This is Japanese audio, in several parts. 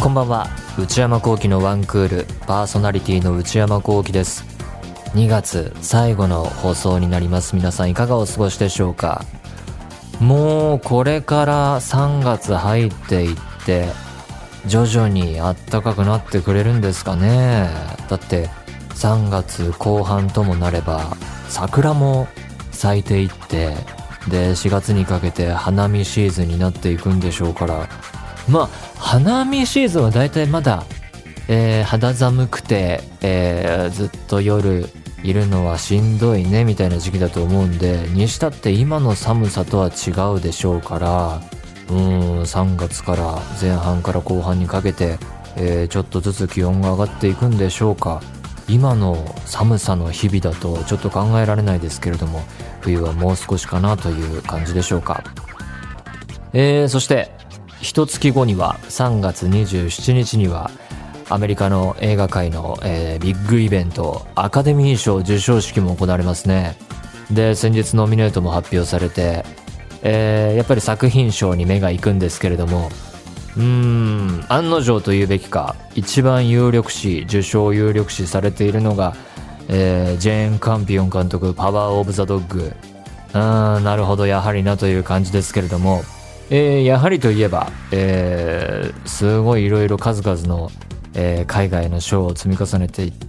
こんばんは。内山聖輝のワンクールパーソナリティの内山聖輝です。2月最後の放送になります。皆さんいかがお過ごしでしょうか。もうこれから3月入っていって徐々に暖かくなってくれるんですかね。だって3月後半ともなれば桜も咲いていって、で4月にかけて花見シーズンになっていくんでしょうから、まあ花見シーズンはだいたいまだ、肌寒くて、ずっと夜いるのはしんどいねみたいな時期だと思うんで、にしたって今の寒さとは違うでしょうから、3月から前半から後半にかけて、ちょっとずつ気温が上がっていくんでしょうか。今の寒さの日々だとちょっと考えられないですけれども、冬はもう少しかなという感じでしょうか。そして一月後には3月27日にはアメリカの映画界の、ビッグイベントアカデミー賞授賞式も行われますね。で先日ノミネートも発表されて、やっぱり作品賞に目が行くんですけれども、案の定というべきか一番有力視、受賞有力視されているのが、ジェーン・カンピオン監督パワー・オブ・ザ・ドッグ。なるほど、やはりなという感じですけれども、やはりといえば、すごいいろいろ数々の、海外の賞を積み重ねていって、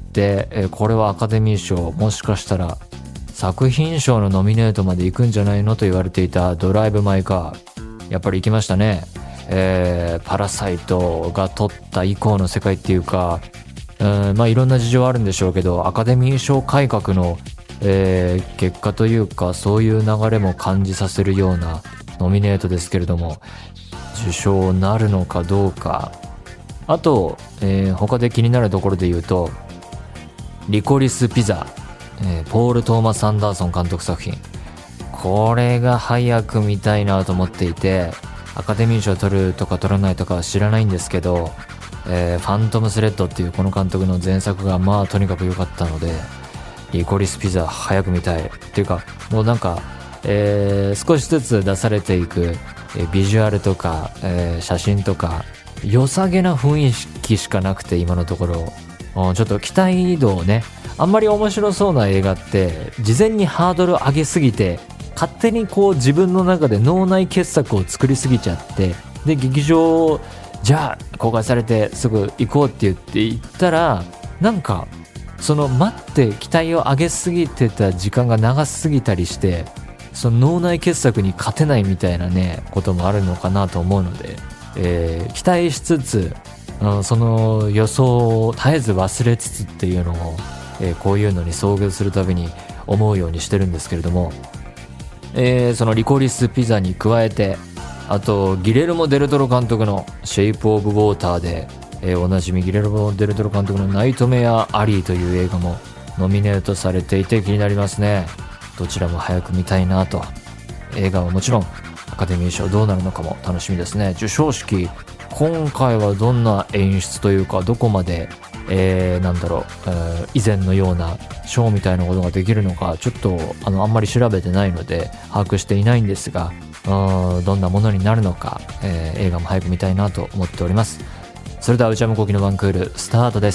これはアカデミー賞、もしかしたら作品賞のノミネートまで行くんじゃないのと言われていたドライブ・マイ・カー、やっぱり行きましたね。パラサイトが撮った以降の世界っていうか、まあいろんな事情あるんでしょうけど、アカデミー賞改革の、結果というか、そういう流れも感じさせるようなノミネートですけれども、受賞なるのかどうか。あと、他で気になるところで言うと、リコリス・ピザ、ポール・トーマス・アンダーソン監督作品、これが早く見たいなと思っていて、アカデミー賞取るとか取らないとかは知らないんですけど、ファントムスレッドっていうこの監督の前作がまあとにかく良かったので、リコリス・ピザ早く見たいっていうか、もうなんか、少しずつ出されていく、ビジュアルとか、写真とか良さげな雰囲気しかなくて、今のところちょっと期待度をね、あんまり面白そうな映画って事前にハードル上げすぎて、勝手にこう自分の中で脳内傑作を作りすぎちゃって、で劇場じゃあ公開されてすぐ行こうって言って行ったら、なんかその待って期待を上げすぎてた時間が長すぎたりして、その脳内傑作に勝てないみたいなねこともあるのかなと思うので、期待しつつ、その予想を絶えず忘れつつっていうのを、こういうのに遭遇するたびに思うようにしてるんですけれども、そのリコリス・ピザに加えて、あとギレルモ・デルトロ監督のシェイプ・オブ・ウォーターで、おなじみギレルモ・デルトロ監督のナイトメア・アリーという映画もノミネートされていて気になりますね。どちらも早く見たいなと。映画はもちろん、アカデミー賞どうなるのかも楽しみですね。授賞式、今回はどんな演出というか、どこまで、以前のようなショーみたいなことができるのか、ちょっとあんまり調べてないので把握していないんですが、どんなものになるのか、映画も早く見たいなと思っております。それでは内山聖輝のワンクールスタートです。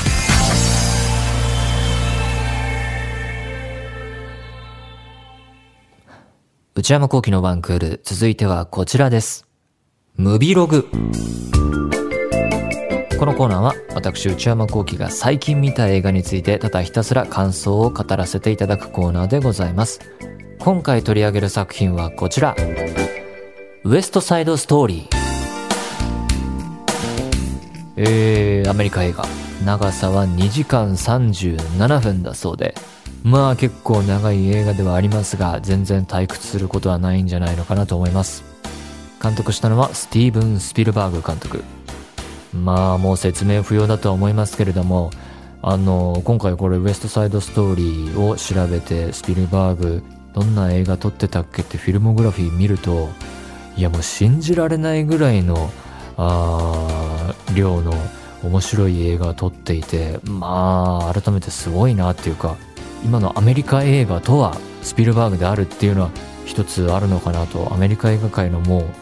内山聖輝のワンクール、続いてはこちらです。ムビログ。このコーナーは私内山聖輝が最近見た映画についてただひたすら感想を語らせていただくコーナーでございます。今回取り上げる作品はこちら、ウエストサイドストーリー。アメリカ映画、長さは2時間37分だそうで、まあ結構長い映画ではありますが、全然退屈することはないんじゃないのかなと思います。監督したのはスティーブン・スピルバーグ監督。まあもう説明不要だとは思いますけれども、今回これウエストサイドストーリーを調べて、スピルバーグどんな映画撮ってたっけってフィルモグラフィー見ると、いやもう信じられないぐらいの量の面白い映画を撮っていて、まあ改めてすごいなっていうか、今のアメリカ映画とはスピルバーグであるっていうのは一つあるのかなと。アメリカ映画界のもう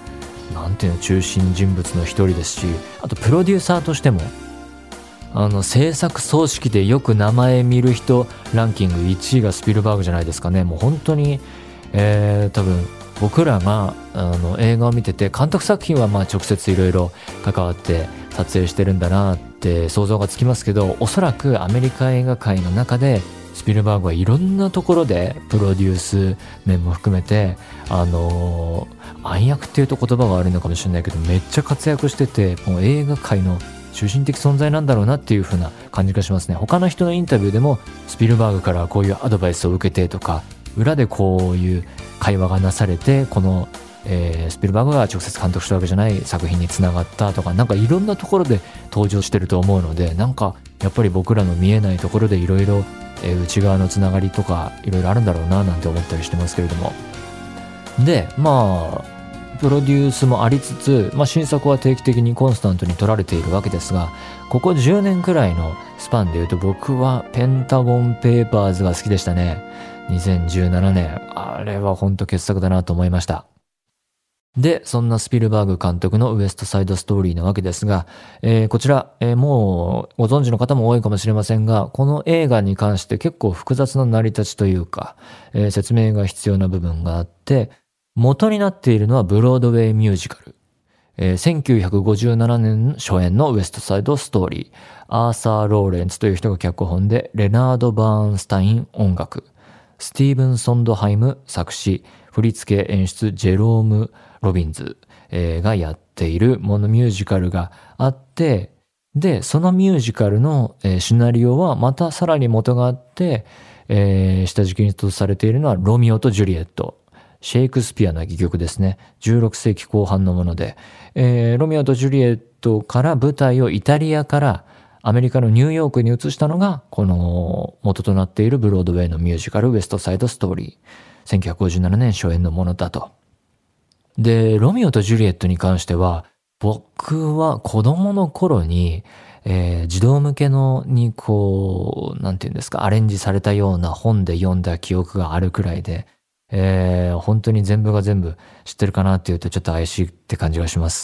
なんていうの、中心人物の一人ですし、あとプロデューサーとしても制作総指揮でよく名前見る人ランキング1位がスピルバーグじゃないですかね。もう本当に、多分僕らが映画を見てて、監督作品はまあ直接いろいろ関わって撮影してるんだなって想像がつきますけど、おそらくアメリカ映画界の中でスピルバーグはいろんなところでプロデュース面も含めて暗躍っていうと言葉が悪いのかもしれないけど、めっちゃ活躍してて、もう映画界の中心的存在なんだろうなっていう風な感じがしますね。他の人のインタビューでもスピルバーグからこういうアドバイスを受けてとか、裏でこういう会話がなされて、この、スピルバーグが直接監督したわけじゃない作品につながったとか、なんかいろんなところで登場してると思うので、なんかやっぱり僕らの見えないところでいろいろ内側のつながりとかいろいろあるんだろうななんて思ったりしてますけれども。でまあプロデュースもありつつ、新作は定期的にコンスタントに撮られているわけですが、ここ10年くらいのスパンでいうと、僕はペンタゴンペーパーズが好きでしたね。2017年。あれは本当傑作だなと思いました。で、そんなスピルバーグ監督のウエストサイドストーリーなわけですが、こちら、もうご存知の方も多いかもしれませんが、この映画に関して結構複雑な成り立ちというか、説明が必要な部分があって、元になっているのはブロードウェイミュージカル。1957年初演のウエストサイドストーリー。アーサー・ローレンツという人が脚本で、レナード・バーンスタイン音楽。スティーブン・ソンドハイム作詞。振付演出ジェローム・ロビンズがやっているミュージカルがあって、で、そのミュージカルのシナリオはまたさらに元があって、下敷きにとされているのはロミオとジュリエット。シェイクスピアの戯曲ですね。16世紀後半のもので、ロミオとジュリエットから舞台をイタリアからアメリカのニューヨークに移したのが、この元となっているブロードウェイのミュージカルウエストサイドストーリー。1957年初演のものだと。で、ロミオとジュリエットに関しては、僕は子供の頃に、児童向けのにこう、なんていうんですか、アレンジされたような本で読んだ記憶があるくらいで、本当に全部が全部知ってるかなっていうとちょっと怪しいって感じがします。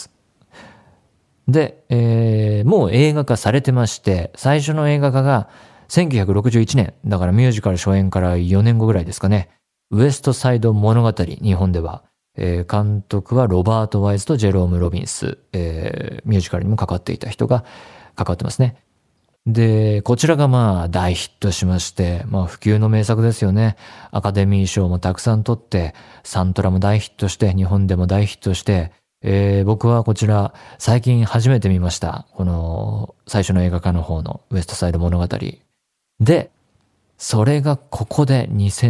で、もう映画化されてまして、最初の映画化が1961年、だからミュージカル初演から4年後ぐらいですかね。ウエストサイド物語、日本では。監督はロバート・ワイズとジェローム・ロビンス、ミュージカルにも関わっていた人が関わってますね。で、こちらが大ヒットしまして、不朽の名作ですよね。アカデミー賞もたくさん取って、サントラも大ヒットして、日本でも大ヒットして、僕はこちら最近初めて見ました。この最初の映画化の方のウエストサイド物語。で、それがここで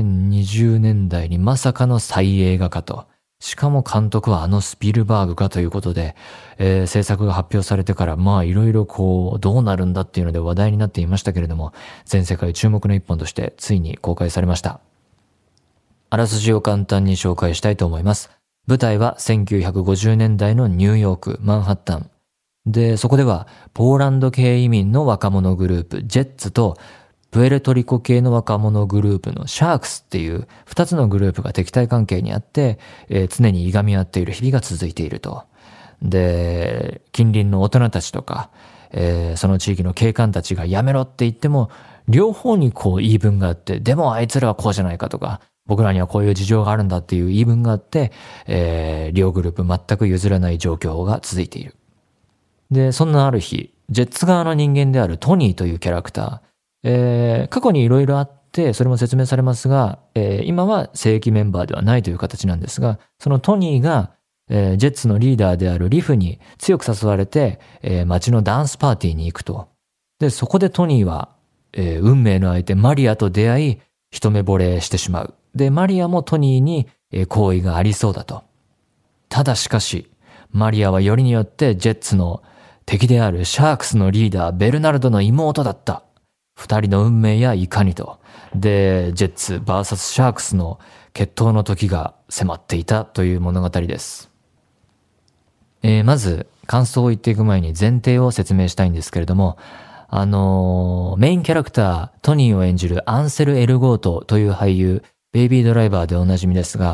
2020年代にまさかの再映画化と。しかも監督はスピルバーグかということで、制作が発表されてからいろいろどうなるんだっていうので話題になっていましたけれども、全世界注目の一本としてついに公開されました。あらすじを簡単に紹介したいと思います。舞台は1950年代のニューヨーク、マンハッタン。で、そこではポーランド系移民の若者グループ、ジェッツとプエルトリコ系の若者グループのシャークスっていう2つのグループが敵対関係にあって、常にいがみ合っている日々が続いていると。で、近隣の大人たちとか、その地域の警官たちがやめろって言っても、両方に言い分があって、でもあいつらはこうじゃないかとか、僕らにはこういう事情があるんだっていう言い分があって、両グループ全く譲らない状況が続いている。で、そんなある日、ジェッツ側の人間であるトニーというキャラクター、過去にいろいろあって、それも説明されますが、今は正規メンバーではないという形なんですが、そのトニーが、ジェッツのリーダーであるリフに強く誘われて、街のダンスパーティーに行くと。で、そこでトニーは、運命の相手マリアと出会い、一目惚れしてしまう。で、マリアもトニーに、好意がありそうだと。ただしかし、マリアはよりによってジェッツの敵であるシャークスのリーダーベルナルドの妹だった。二人の運命やいかにと。で、ジェッツ vs シャークスの決闘の時が迫っていたという物語です。まず、感想を言っていく前に前提を説明したいんですけれども、メインキャラクター、トニーを演じるアンセル・エルゴートという俳優、ベイビードライバーでおなじみですが、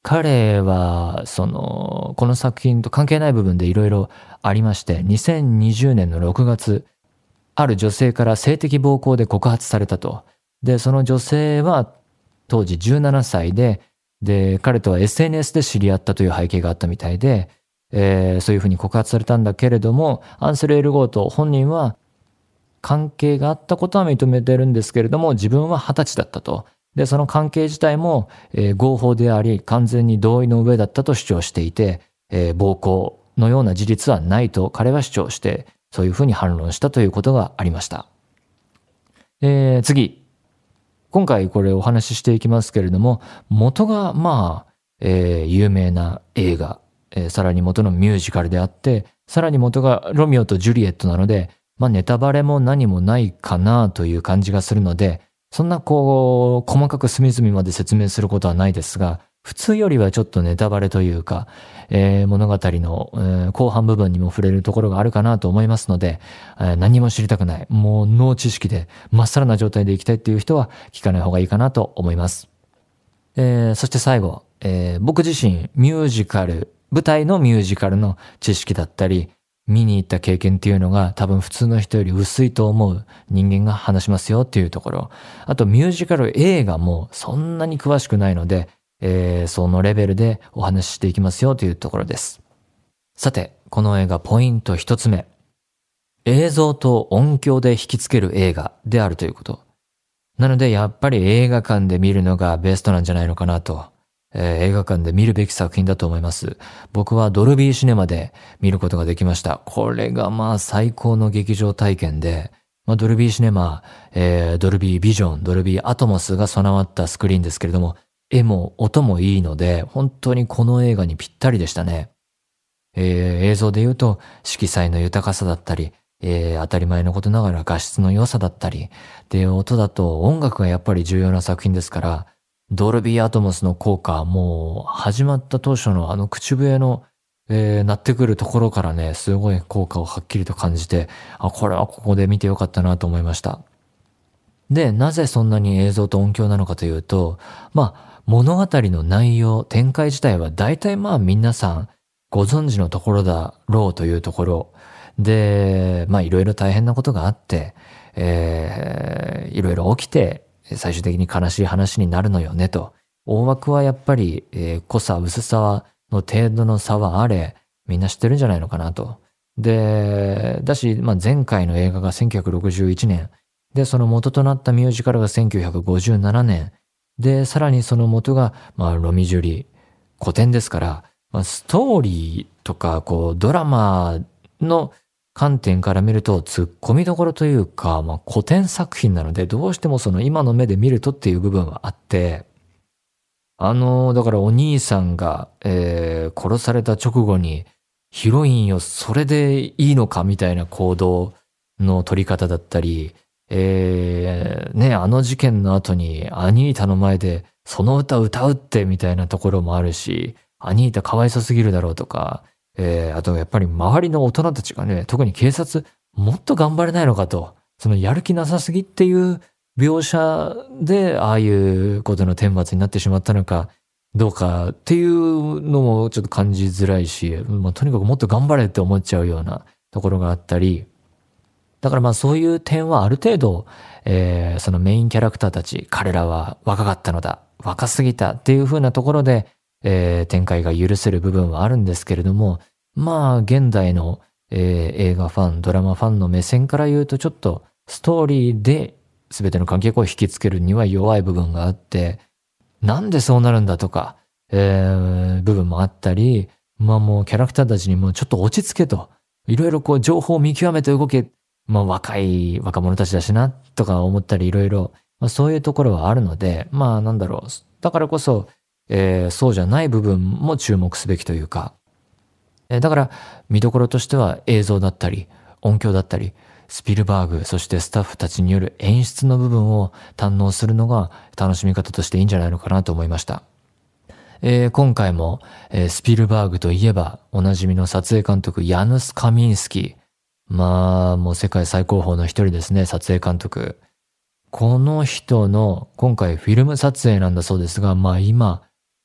彼は、この作品と関係ない部分でいろいろありまして、2020年の6月、ある女性から性的暴行で告発されたと。で、その女性は当時17歳で、彼とは SNS で知り合ったという背景があったみたいで、そういうふうに告発されたんだけれども、アンセル・エルゴート本人は関係があったことは認めてるんですけれども、自分は20歳だったと。で、その関係自体も、合法であり、完全に同意の上だったと主張していて、暴行のような事実はないと彼は主張して、そういうふうに反論したということがありました。次。今回これお話ししていきますけれども、元が有名な映画、さらに元のミュージカルであって、さらに元がロミオとジュリエットなので、ネタバレも何もないかなという感じがするので、そんな細かく隅々まで説明することはないですが、普通よりはちょっとネタバレというか、物語の、後半部分にも触れるところがあるかなと思いますので、何も知りたくない、もう脳知識でまっさらな状態でいきたいっていう人は聞かない方がいいかなと思います。そして最後、僕自身舞台のミュージカルの知識だったり、見に行った経験っていうのが多分普通の人より薄いと思う人間が話しますよっていうところ。あとミュージカル映画もそんなに詳しくないので、そのレベルでお話ししていきますよというところです。さて、この映画ポイント一つ目。映像と音響で引きつける映画であるということ。なのでやっぱり映画館で見るのがベストなんじゃないのかなと。映画館で見るべき作品だと思います。僕はドルビーシネマで見ることができました。これが最高の劇場体験で、ドルビーシネマ、ドルビービジョン、ドルビーアトモスが備わったスクリーンですけれども、絵も音もいいので、本当にこの映画にぴったりでしたね。映像で言うと色彩の豊かさだったり、当たり前のことながら画質の良さだったり、で、音だと音楽がやっぱり重要な作品ですから、ドルビーアトモスの効果、もう始まった当初の口笛の、鳴ってくるところからね、すごい効果をはっきりと感じて、これはここで見てよかったなと思いました。で、なぜそんなに映像と音響なのかというと、物語の内容、展開自体は大体皆さんご存知のところだろうというところで、いろいろ大変なことがあって、いろいろ起きて、最終的に悲しい話になるのよねと。大枠はやっぱり、濃さ、薄さの程度の差はあれ、みんな知ってるんじゃないのかなと。で、だし、前回の映画が1961年。で、その元となったミュージカルが1957年。で、さらにその元が、ロミジュリ、古典ですから、ストーリーとか、ドラマの観点から見ると突っ込みどころというか、古典作品なのでどうしてもその今の目で見るとっていう部分はあって、だからお兄さんが、殺された直後にヒロインをそれでいいのかみたいな行動の取り方だったり、あの事件の後にアニータの前でその歌歌うってみたいなところもあるし、アニータかわいそすぎるだろうとか、あとやっぱり周りの大人たちがね、特に警察もっと頑張れないのかと、そのやる気なさすぎっていう描写でああいうことの顛末になってしまったのかどうかっていうのもちょっと感じづらいし、とにかくもっと頑張れって思っちゃうようなところがあったり、だからそういう点はある程度、そのメインキャラクターたち、彼らは若かったのだ、若すぎたっていう風なところで、展開が許せる部分はあるんですけれども、現代の、映画ファン、ドラマファンの目線から言うとちょっとストーリーで全ての観客を引きつけるには弱い部分があって、なんでそうなるんだとか、部分もあったり、もうキャラクターたちにもちょっと落ち着けと、いろいろ情報を見極めて動け、若者たちだしなとか思ったりいろいろ、そういうところはあるので、だからこそ、そうじゃない部分も注目すべきというか、だから見どころとしては映像だったり音響だったりスピルバーグそしてスタッフたちによる演出の部分を堪能するのが楽しみ方としていいんじゃないのかなと思いました。今回も、スピルバーグといえばおなじみの撮影監督ヤヌス・カミンスキー、もう世界最高峰の一人ですね、撮影監督。この人の今回フィルム撮影なんだそうですが、今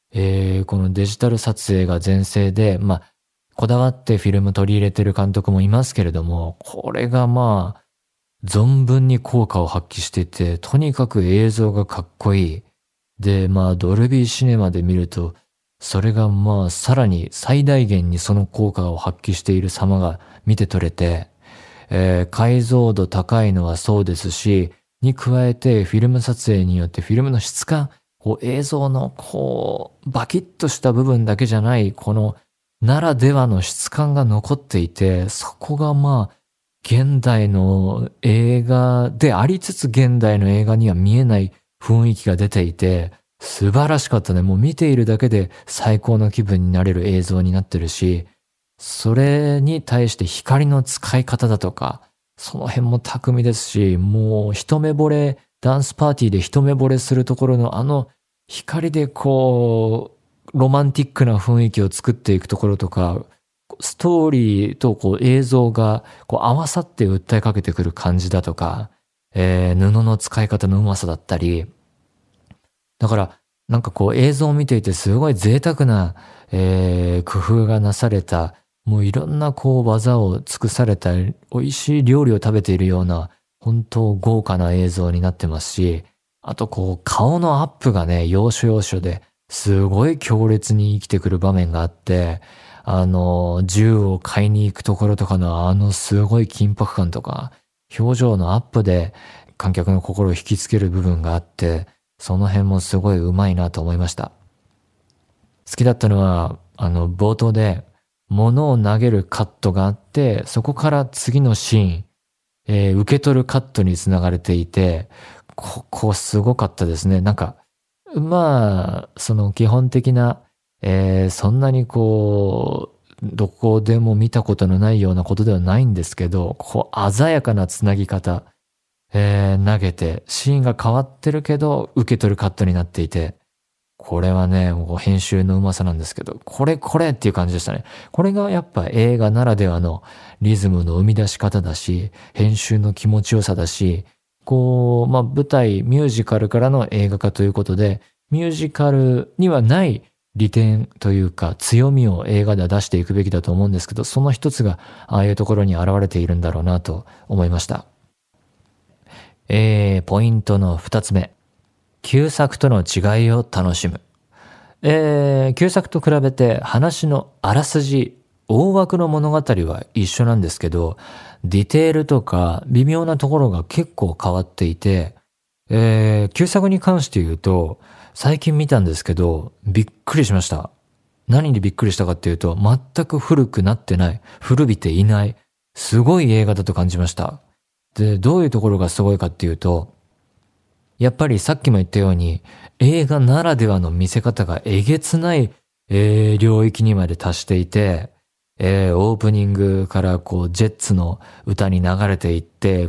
このデジタル撮影が全盛で、こだわってフィルム取り入れてる監督もいますけれども、これが存分に効果を発揮していて、とにかく映像がかっこいい。で、ドルビーシネマで見ると、それがさらに最大限にその効果を発揮している様が見て取れて、解像度高いのはそうですし、に加えてフィルム撮影によってフィルムの質感、映像のバキッとした部分だけじゃない、このならではの質感が残っていて、そこが現代の映画でありつつ現代の映画には見えない雰囲気が出ていて、素晴らしかったね。もう見ているだけで最高の気分になれる映像になってるし、それに対して光の使い方だとか、その辺も巧みですし、もう一目惚れ、ダンスパーティーで一目惚れするところの光でロマンティックな雰囲気を作っていくところとか、ストーリーと映像が合わさって訴えかけてくる感じだとか、布の使い方のうまさだったり、だから映像を見ていてすごい贅沢な、工夫がなされた、もういろんな技を尽くされた美味しい料理を食べているような本当豪華な映像になってますし、あと顔のアップがね、要所要所ですごい強烈に生きてくる場面があって、銃を買いに行くところとかのすごい緊迫感とか、表情のアップで観客の心を引きつける部分があって、その辺もすごい上手いなと思いました。好きだったのは、冒頭で物を投げるカットがあって、そこから次のシーン、受け取るカットにつながれていて、ここすごかったですね。その基本的な、そんなにどこでも見たことのないようなことではないんですけど、鮮やかなつなぎ方、投げて、シーンが変わってるけど、受け取るカットになっていて、これはね、編集のうまさなんですけど、これっていう感じでしたね。これがやっぱ映画ならではのリズムの生み出し方だし、編集の気持ちよさだし、舞台、ミュージカルからの映画化ということで、ミュージカルにはない利点というか強みを映画では出していくべきだと思うんですけど、その一つがああいうところに現れているんだろうなと思いました。ポイントの2つ目。旧作との違いを楽しむ。旧作と比べて話のあらすじ、大枠の物語は一緒なんですけど、ディテールとか微妙なところが結構変わっていて、旧作に関して言うと、最近見たんですけど、びっくりしました。何にびっくりしたかっていうと、全く古くなってない、古びていない、すごい映画だと感じました。で、どういうところがすごいかっていうと、やっぱりさっきも言ったように、映画ならではの見せ方がえげつない、領域にまで達していて、オープニングからジェッツの歌に流れていって、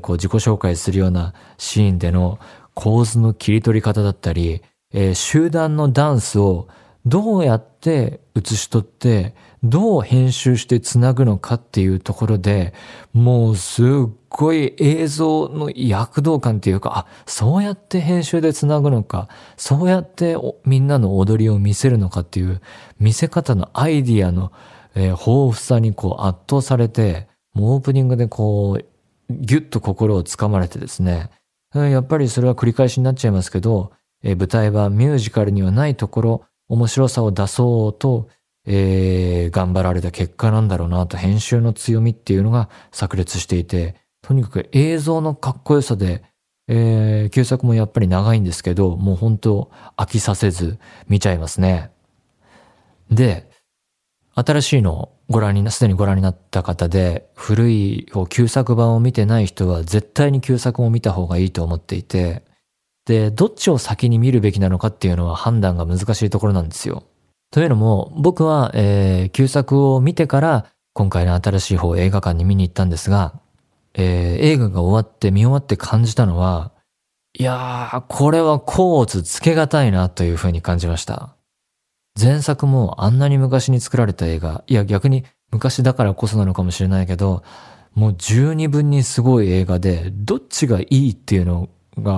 自己紹介するようなシーンでの構図の切り取り方だったり、集団のダンスをどうやって写し取って、どう編集してつなぐのかっていうところで、もうすっごい映像の躍動感っていうか、そうやって編集でつなぐのか、そうやってみんなの踊りを見せるのかっていう見せ方のアイディアの豊富さに圧倒されて、もうオープニングでギュッと心をつかまれてですね、やっぱりそれは繰り返しになっちゃいますけど、舞台はミュージカルにはないところ、面白さを出そうと、頑張られた結果なんだろうなと、編集の強みっていうのが炸裂していて、とにかく映像のかっこよさで、旧作もやっぱり長いんですけど、もう本当飽きさせず見ちゃいますね。で、新しいのをすでにご覧になった方で、古い旧作版を見てない人は絶対に旧作を見た方がいいと思っていて、で、どっちを先に見るべきなのかっていうのは判断が難しいところなんですよ。というのも、僕は、旧作を見てから今回の新しい方を映画館に見に行ったんですが、映画が見終わって感じたのは、いやー、これは甲乙つけがたいなというふうに感じました。前作もあんなに昔に作られた映画、いや逆に昔だからこそなのかもしれないけど、もう十二分にすごい映画で、どっちがいいっていうのが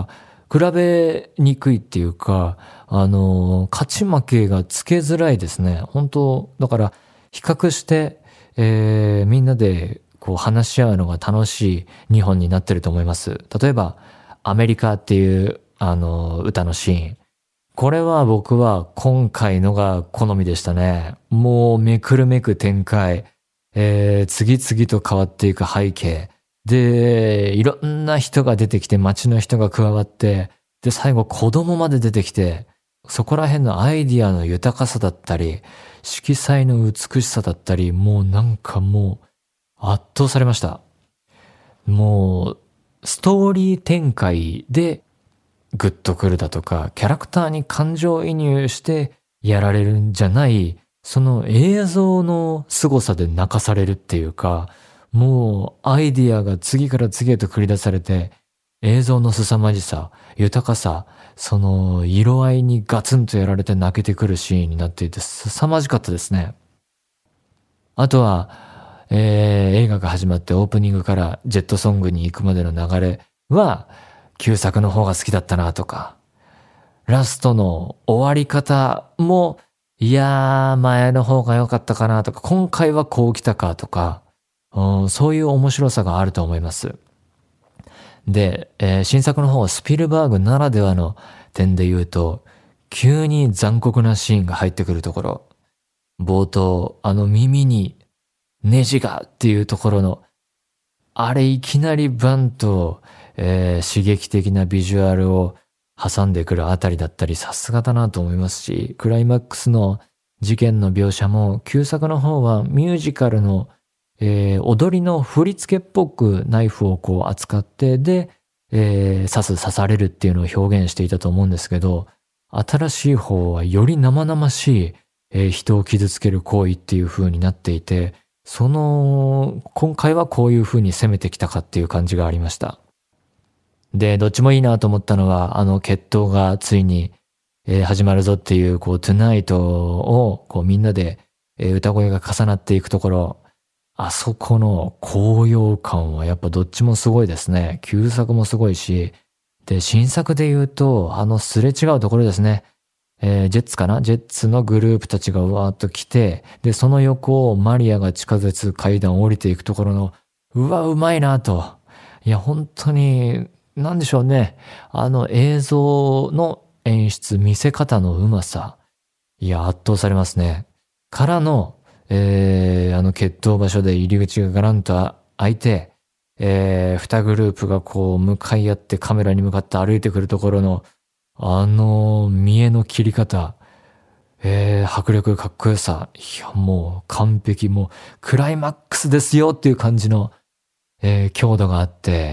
比べにくいっていうか、勝ち負けがつけづらいですね。本当だから比較して、みんなでこう話し合うのが楽しい日本になってると思います。例えば、アメリカっていう歌のシーン。これは僕は今回のが好みでしたね。もうめくるめく展開、次々と変わっていく背景。で、いろんな人が出てきて、街の人が加わって、で、最後子供まで出てきて、そこら辺のアイディアの豊かさだったり、色彩の美しさだったり、もうなんかもう圧倒されました。もう、ストーリー展開でグッとくるだとか、キャラクターに感情移入してやられるんじゃない、その映像の凄さで泣かされるっていうか、もうアイディアが次から次へと繰り出されて、映像の凄まじさ、豊かさ、その色合いにガツンとやられて泣けてくるシーンになっていて凄まじかったですね。あとは、映画が始まってオープニングからジェットソングに行くまでの流れは、旧作の方が好きだったなとか、ラストの終わり方も、いやー前の方が良かったかなとか、今回はこう来たかとか、そういう面白さがあると思います。で、新作の方はスピルバーグならではの点で言うと、急に残酷なシーンが入ってくるところ、冒頭、耳にネジがっていうところの、あれいきなりバンと、刺激的なビジュアルを挟んでくるあたりだったり、さすがだなと思いますし、クライマックスの事件の描写も、旧作の方はミュージカルの、踊りの振り付けっぽくナイフをこう扱って、で、刺されるっていうのを表現していたと思うんですけど、新しい方はより生々しい、人を傷つける行為っていう風になっていて、今回はこういう風に攻めてきたかっていう感じがありました。で、どっちもいいなと思ったのは、決闘がついに、始まるぞっていう、こう、トゥナイトを、こう、みんなで、歌声が重なっていくところ、あそこの高揚感はやっぱどっちもすごいですね。旧作もすごいし、で、新作で言うと、すれ違うところですね。ジェッツかな？ジェッツのグループたちがうわーっと来て、で、その横をマリアが地下鉄階段を降りていくところの、うわ、うまいなと。いや、本当に、なんでしょうね。映像の演出、見せ方のうまさ。いや、圧倒されますね。からの、決闘場所で入り口がガランと開いて、二グループがこう向かい合ってカメラに向かって歩いてくるところの、見栄の切り方、迫力かっこよさ。いや、もう完璧、もうクライマックスですよっていう感じの、強度があって、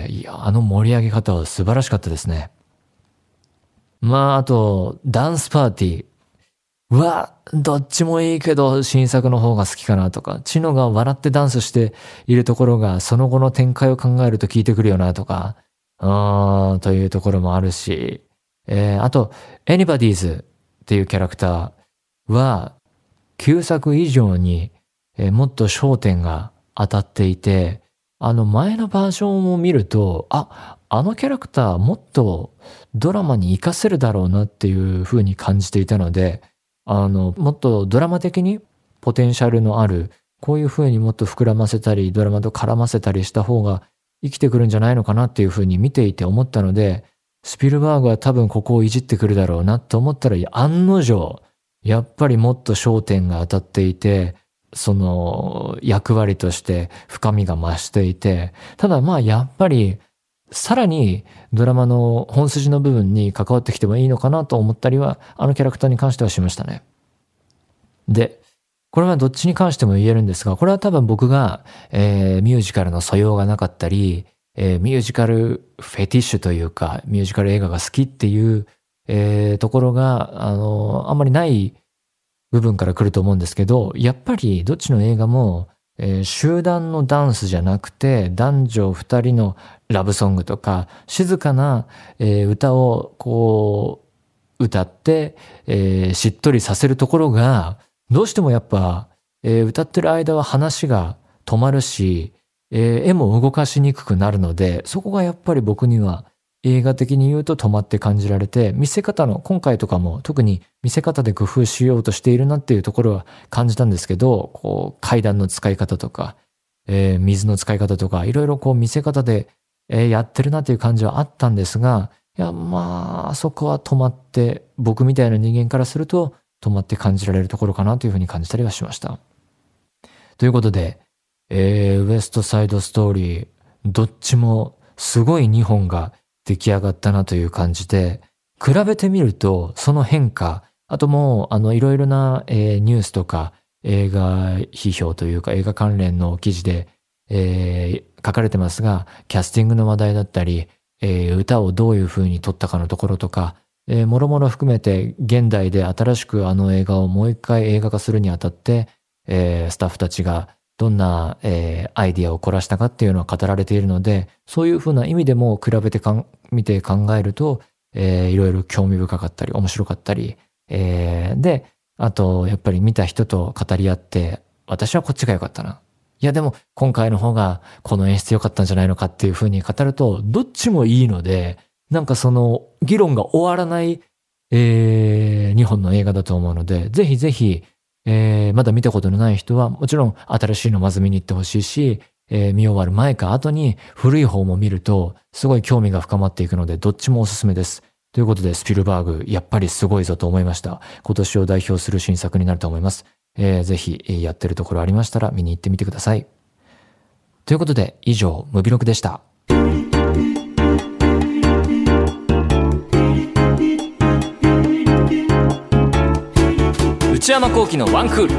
いや、盛り上げ方は素晴らしかったですね。まあ、あと、ダンスパーティー。どっちもいいけど、新作の方が好きかなとか、チノが笑ってダンスしているところが、その後の展開を考えると効いてくるよなとか、というところもあるし、あと、Anybody's っていうキャラクターは、旧作以上に、もっと焦点が当たっていて、前のバージョンを見ると、あのキャラクターもっとドラマに活かせるだろうなっていう風に感じていたので、もっとドラマ的にポテンシャルのある、こういう風にもっと膨らませたり、ドラマと絡ませたりした方が生きてくるんじゃないのかなっていう風に見ていて思ったので、スピルバーグは多分ここをいじってくるだろうなと思ったら、案の定、やっぱりもっと焦点が当たっていて、その役割として深みが増していて、ただまあやっぱりさらにドラマの本筋の部分に関わってきてもいいのかなと思ったりは、キャラクターに関してはしましたね。で、これはどっちに関しても言えるんですが、これは多分僕が、ミュージカルの素養がなかったり、ミュージカルフェティッシュというか、ミュージカル映画が好きっていう、ところが、あんまりない部分から来ると思うんですけど、やっぱりどっちの映画も、集団のダンスじゃなくて男女二人のラブソングとか静かな、歌をこう歌って、しっとりさせるところがどうしてもやっぱ、歌ってる間は話が止まるし、絵も動かしにくくなるので、そこがやっぱり僕には映画的に言うと止まって感じられて、見せ方の今回とかも特に見せ方で工夫しようとしているなっていうところは感じたんですけど、こう階段の使い方とか、水の使い方とかいろいろこう見せ方で、やってるなっていう感じはあったんですが、いやまあそこは止まって、僕みたいな人間からすると止まって感じられるところかなというふうに感じたりはしました。ということで、ウエストサイドストーリーどっちもすごい2本が出来上がったなという感じで、比べてみるとその変化、あともういろいろな、ニュースとか映画批評というか映画関連の記事で、書かれてますが、キャスティングの話題だったり、歌をどういう風に撮ったかのところとか、もろもろ含めて現代で新しく映画をもう一回映画化するにあたって、スタッフたちがどんな、アイディアを凝らしたかっていうのは語られているので、そういう風な意味でも比べて見て考えると、いろいろ興味深かったり面白かったり、で、あとやっぱり見た人と語り合って、私はこっちが良かったな。いやでも今回の方がこの演出良かったんじゃないのかっていう風に語ると、どっちもいいので、なんかその議論が終わらない、2本の映画だと思うので、ぜひぜひ、まだ見たことのない人はもちろん新しいのまず見に行ってほしいし、見終わる前か後に古い方も見るとすごい興味が深まっていくので、どっちもおすすめです。ということでスピルバーグやっぱりすごいぞと思いました。今年を代表する新作になると思います。ぜひやってるところありましたら見に行ってみてください。ということで以上ムビログでした。内山聖輝のワンクール。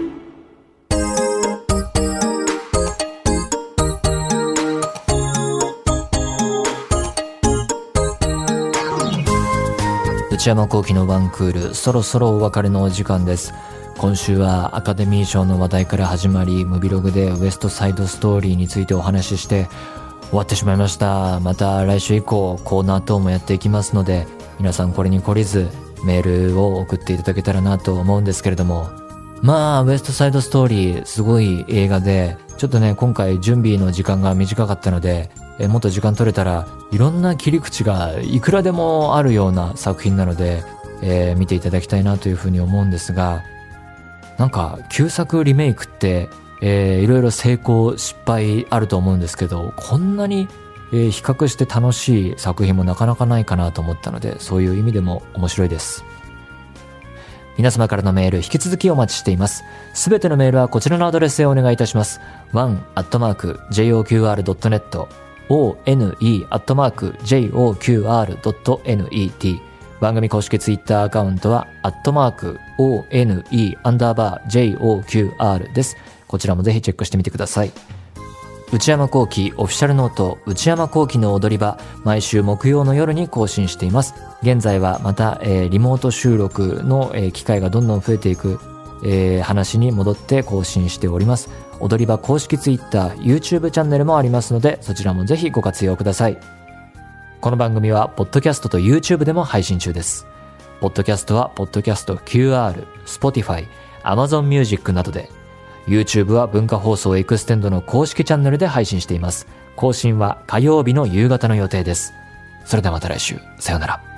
内山聖輝のワンクール、そろそろお別れのお時間です。今週はアカデミー賞の話題から始まり、ムビログでウエストサイドストーリーについてお話しして終わってしまいました。また来週以降コーナー等もやっていきますので、皆さんこれに懲りずメールを送っていただけたらなと思うんですけれども、まあウエストサイドストーリーすごい映画で、ちょっとね今回準備の時間が短かったので、もっと時間取れたらいろんな切り口がいくらでもあるような作品なので、見ていただきたいなというふうに思うんですが、なんか旧作リメイクっていろいろ成功失敗あると思うんですけど、こんなに比較して楽しい作品もなかなかないかなと思ったので、そういう意味でも面白いです。皆様からのメール引き続きお待ちしています。すべてのメールはこちらのアドレスへお願いいたします。one@joqr.net one@joqr.net。 番組公式ツイッターアカウントは@one_joqr です。こちらもぜひチェックしてみてください。内山聖輝オフィシャルノート内山聖輝の踊り場、毎週木曜の夜に更新しています。現在はまた、リモート収録の、機会がどんどん増えていく、話に戻って更新しております。踊り場公式ツイッター YouTube チャンネルもありますので、そちらもぜひご活用ください。この番組はポッドキャストと YouTube でも配信中です。ポッドキャストはポッドキャスト QR、Spotify、Amazon Music などで、YouTube は文化放送エクステンドの公式チャンネルで配信しています。更新は火曜日の夕方の予定です。それではまた来週。さようなら。